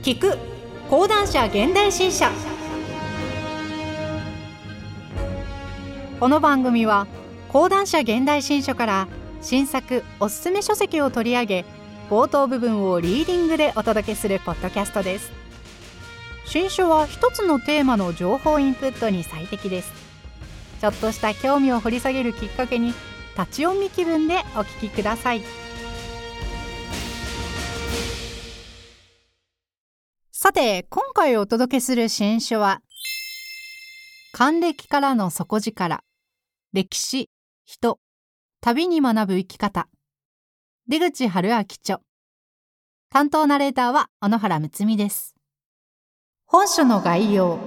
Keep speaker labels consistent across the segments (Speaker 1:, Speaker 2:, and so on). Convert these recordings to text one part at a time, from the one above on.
Speaker 1: 聞く講談社現代新社。この番組は講談社現代新書から新作おすすめ書籍を取り上げ、冒頭部分をリーディングでお届けするポッドキャストです。新書は一つのテーマの情報インプットに最適です。ちょっとした興味を掘り下げるきっかけに、立ち読み気分でお聞きください。さて、今回お届けする新書は、還暦からの底力、歴史、人、旅に学ぶ生き方、出口春明著。担当ナレーターは小野原睦美です。本書の概要。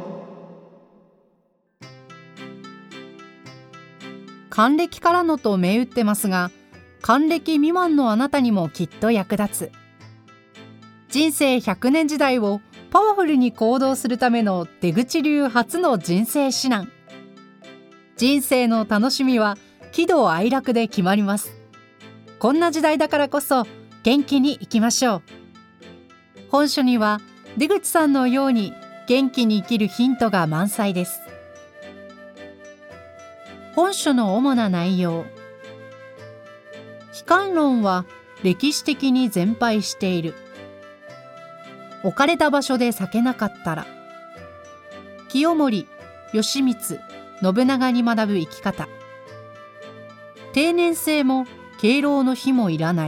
Speaker 1: 還暦からのと銘打ってますが、還暦未満のあなたにもきっと役立つ。人生100年時代をパワフルに行動するための出口流初の人生指南。人生の楽しみは喜怒哀楽で決まります。こんな時代だからこそ元気に生きましょう。本書には出口さんのように元気に生きるヒントが満載です。本書の主な内容。悲観論は歴史的に全廃している。置かれた場所で避けなかったら。清盛、義満、信長に学ぶ生き方。定年制も敬老の日もいらない。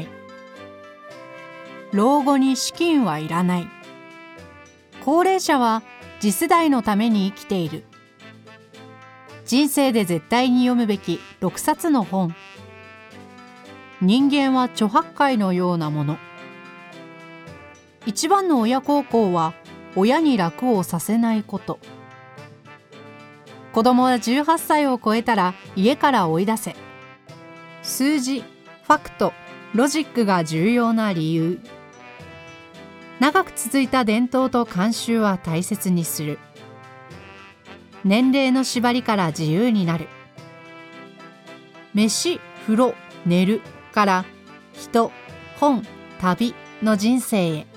Speaker 1: 老後に資金はいらない。高齢者は次世代のために生きている。人生で絶対に読むべき6冊の本。人間は著白海のようなもの。一番の親孝行は親に楽をさせないこと。子供は18歳を超えたら家から追い出せ。数字、ファクト、ロジックが重要な理由。長く続いた伝統と慣習は大切にする。年齢の縛りから自由になる。飯、風呂、寝るから人、本、旅の人生へ。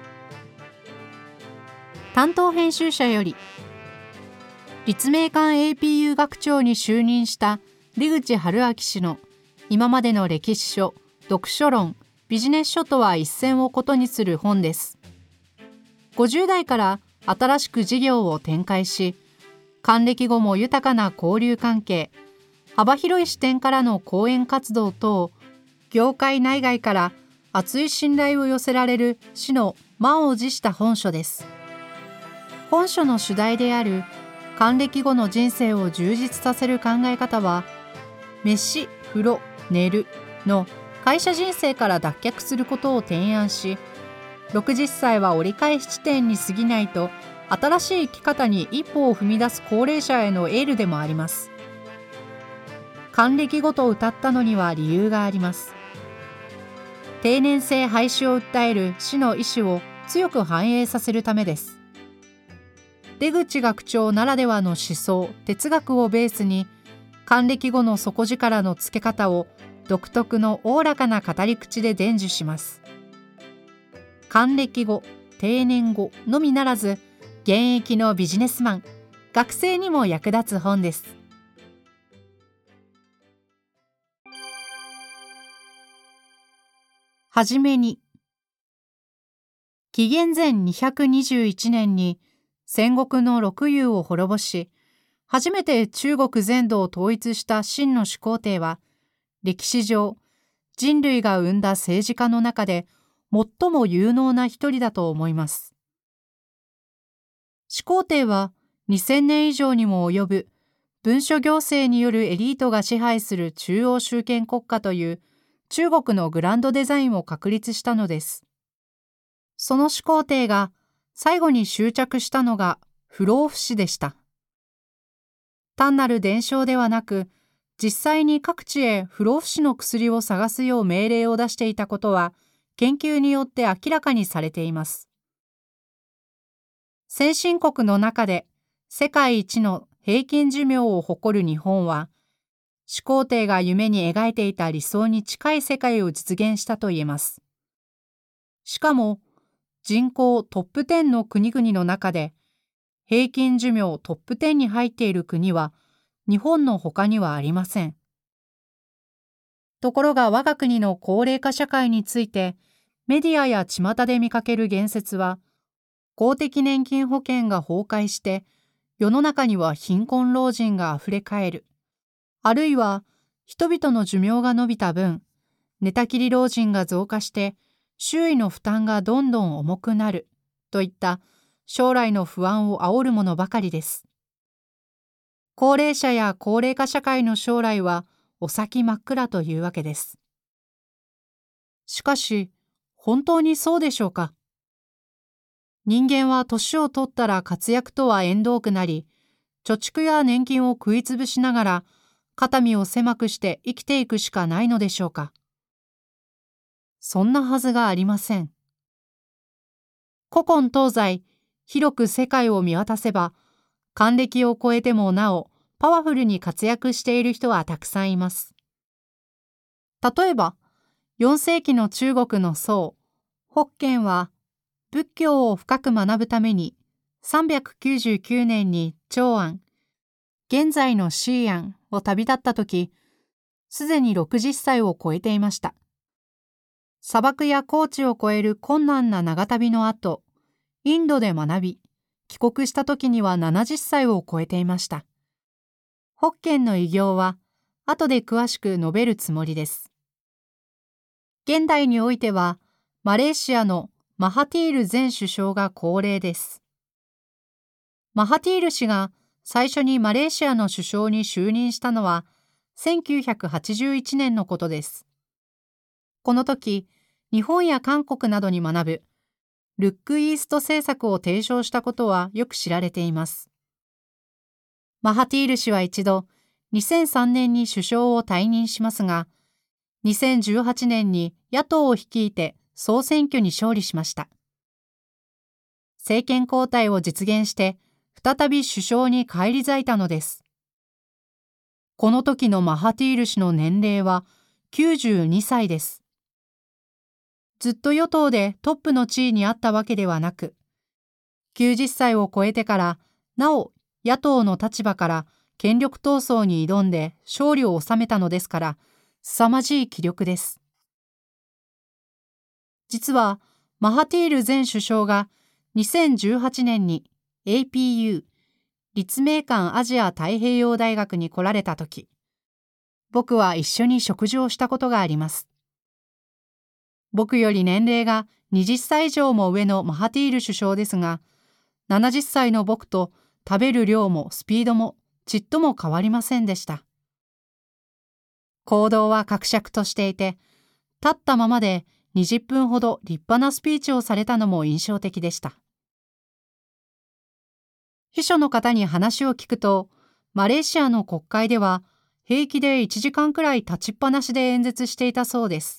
Speaker 1: 担当編集者より、立命館 APU 学長に就任した出口春明氏の今までの歴史書、読書論、ビジネス書とは一線を異にする本です。50代から新しく事業を展開し、還暦後も豊かな交流関係、幅広い視点からの講演活動等、業界内外から厚い信頼を寄せられる師の満を持した本書です。本書の主題である還暦後の人生を充実させる考え方は、飯、風呂、寝るの会社人生から脱却することを提案し、60歳は折り返し地点に過ぎないと新しい生き方に一歩を踏み出す高齢者へのエールでもあります。還暦後と謳ったのには理由があります。定年制廃止を訴える師の意思を強く反映させるためです。出口学長ならではの思想、哲学をベースに、還暦後の底力のつけ方を独特のおおらかな語り口で伝授します。還暦後、定年後のみならず、現役のビジネスマン、学生にも役立つ本です。はじめに、紀元前221年に戦国の六雄を滅ぼし、初めて中国全土を統一した秦の始皇帝は、歴史上、人類が生んだ政治家の中で最も有能な一人だと思います。始皇帝は2000年以上にも及ぶ文書行政によるエリートが支配する中央集権国家という中国のグランドデザインを確立したのです。その始皇帝が最後に執着したのが不老不死でした。単なる伝承ではなく、実際に各地へ不老不死の薬を探すよう命令を出していたことは、研究によって明らかにされています。先進国の中で世界一の平均寿命を誇る日本は、始皇帝が夢に描いていた理想に近い世界を実現したと言えます。しかも、 人口トップ10の国々の中で、平均寿命トップ10に入っている国は、日本の他にはありません。ところが我が国の高齢化社会について、メディアや巷で見かける言説は、公的年金保険が崩壊して、世の中には貧困老人があふれかえる。あるいは、人々の寿命が延びた分、寝たきり老人が増加して、周囲の負担がどんどん重くなる、といった将来の不安を煽るものばかりです。高齢者や高齢化社会の将来は、お先真っ暗というわけです。しかし、本当にそうでしょうか。人間は年を取ったら活躍とは縁遠くなり、貯蓄や年金を食いつぶしながら、肩身を狭くして生きていくしかないのでしょうか。そんなはずがありません。古今東西、広く世界を見渡せば、還暦を超えてもなお、パワフルに活躍している人はたくさんいます。例えば、4世紀の中国の僧、法顕は、仏教を深く学ぶために、399年に長安、現在の西安を旅立ったとき、すでに60歳を超えていました。砂漠や高地を越える困難な長旅の後、インドで学び、帰国したときには70歳を超えていました。法顕の偉業は、後で詳しく述べるつもりです。現代においては、マレーシアのマハティール前首相が高齢です。マハティール氏が最初にマレーシアの首相に就任したのは、1981年のことです。この時、日本や韓国などに学ぶ、ルックイースト政策を提唱したことはよく知られています。マハティール氏は一度、2003年に首相を退任しますが、2018年に野党を率いて総選挙に勝利しました。政権交代を実現して、再び首相に返り咲いたのです。この時のマハティール氏の年齢は92歳です。ずっと与党でトップの地位にあったわけではなく、90歳を超えてからなお野党の立場から権力闘争に挑んで勝利を収めたのですから、凄まじい気力です。実はマハティール前首相が2018年に APU 立命館アジア太平洋大学に来られたとき、僕は一緒に食事をしたことがあります。僕より年齢が20歳以上も上のマハティール首相ですが、70歳の僕と食べる量もスピードもちっとも変わりませんでした。行動は綽々としていて、立ったままで20分ほど立派なスピーチをされたのも印象的でした。秘書の方に話を聞くと、マレーシアの国会では平気で1時間くらい立ちっぱなしで演説していたそうです。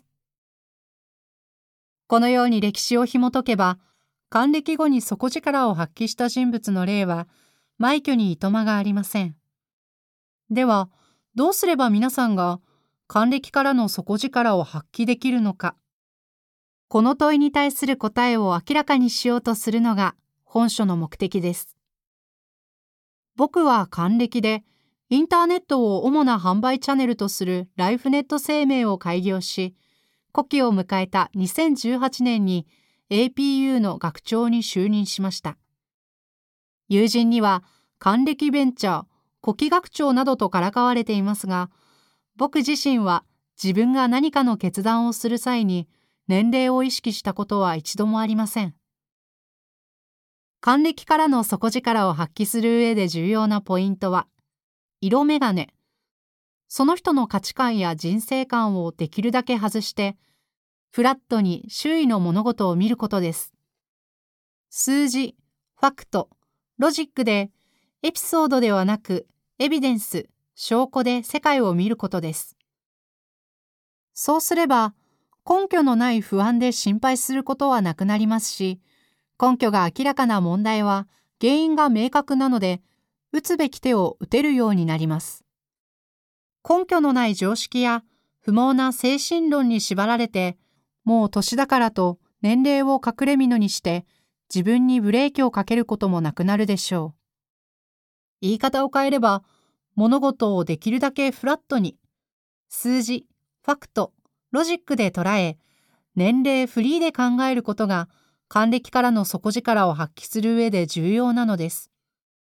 Speaker 1: このように歴史を紐解けば、還暦後に底力を発揮した人物の例は、枚挙にいとまがありません。では、どうすれば皆さんが還暦からの底力を発揮できるのか。この問いに対する答えを明らかにしようとするのが本書の目的です。僕は還暦で、インターネットを主な販売チャンネルとするライフネット生命を開業し、古希を迎えた2018年に APU の学長に就任しました。友人には還暦ベンチャー、古希学長などとからかわれていますが、僕自身は自分が何かの決断をする際に年齢を意識したことは一度もありません。還暦からの底力を発揮する上で重要なポイントは、色眼鏡。その人の価値観や人生観をできるだけ外して、フラットに周囲の物事を見ることです。数字、ファクト、ロジックで、エピソードではなく、エビデンス、証拠で世界を見ることです。そうすれば、根拠のない不安で心配することはなくなりますし、根拠が明らかな問題は原因が明確なので、打つべき手を打てるようになります。根拠のない常識や不毛な精神論に縛られて、もう年だからと年齢を隠れ蓑にして自分にブレーキをかけることもなくなるでしょう。言い方を変えれば、物事をできるだけフラットに、数字、ファクト、ロジックで捉え、年齢フリーで考えることが還暦からの底力を発揮する上で重要なのです。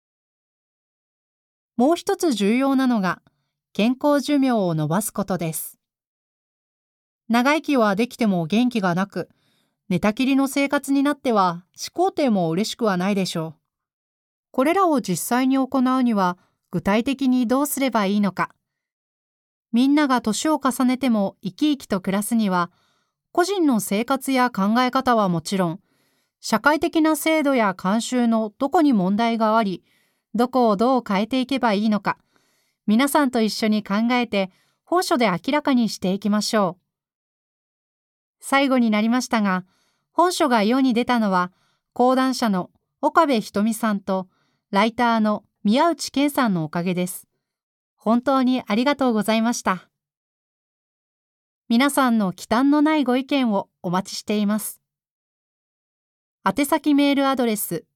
Speaker 1: もう一つ重要なのが健康寿命を延ばすことです。長生きはできても元気がなく、寝たきりの生活になっては始皇帝も嬉しくはないでしょう。これらを実際に行うには具体的にどうすればいいのか。みんなが年を重ねても生き生きと暮らすには、個人の生活や考え方はもちろん、社会的な制度や慣習のどこに問題があり、どこをどう変えていけばいいのか、皆さんと一緒に考えて本書で明らかにしていきましょう。最後になりましたが、本書が世に出たのは、講談社の岡部ひとみさんとライターの宮内健さんのおかげです。本当にありがとうございました。皆さんの忌憚のないご意見をお待ちしています。宛先メールアドレス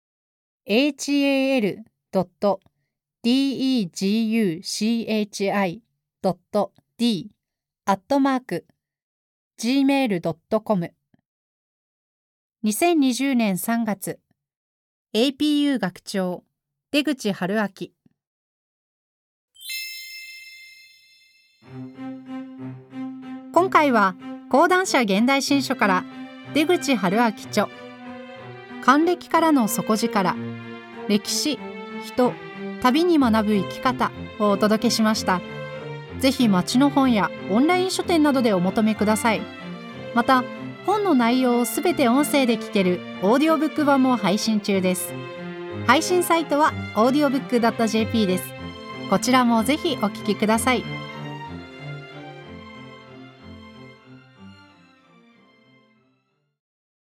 Speaker 1: hal.deguchi.d@gmail.com 2020年3月 APU 学長出口春明。今回は講談社現代新書から出口春明著還暦からの底力、歴史、人、旅に学ぶ生き方をお届けしました。ぜひ町の本やオンライン書店などでお求めください。また、本の内容をすべて音声で聞けるオーディオブック版も配信中です。配信サイトは audiobook.jp です。こちらもぜひお聞きください。